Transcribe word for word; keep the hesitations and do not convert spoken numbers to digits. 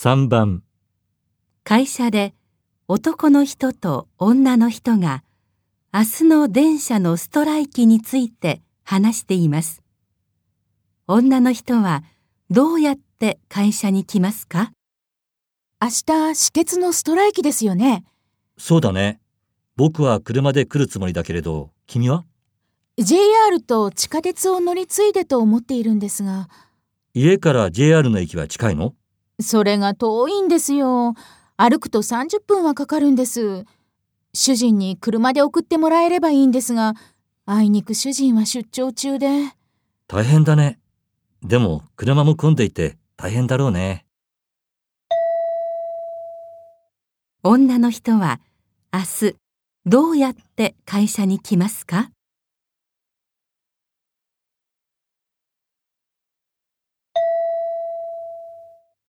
さんばん、 会社で男の人と女の人が明日の電車のストライキについて話しています。女の人はどうやって会社に来ますか？ 明日、私鉄のストライキですよね。 そうだね。僕は車で来るつもりだけれど、君は？ ジェイアール と地下鉄を乗り継いでと思っているんですが。 家から ジェイアール の駅は近いの？ それが遠いんですよ。歩くとさんじゅっぷんはかかるんです。主人に車で送ってもらえればいいんですが、あいにく主人は出張中で。 大変だね。でも車も混んでいて大変だろうね。 女の人は明日どうやって会社に来ますか？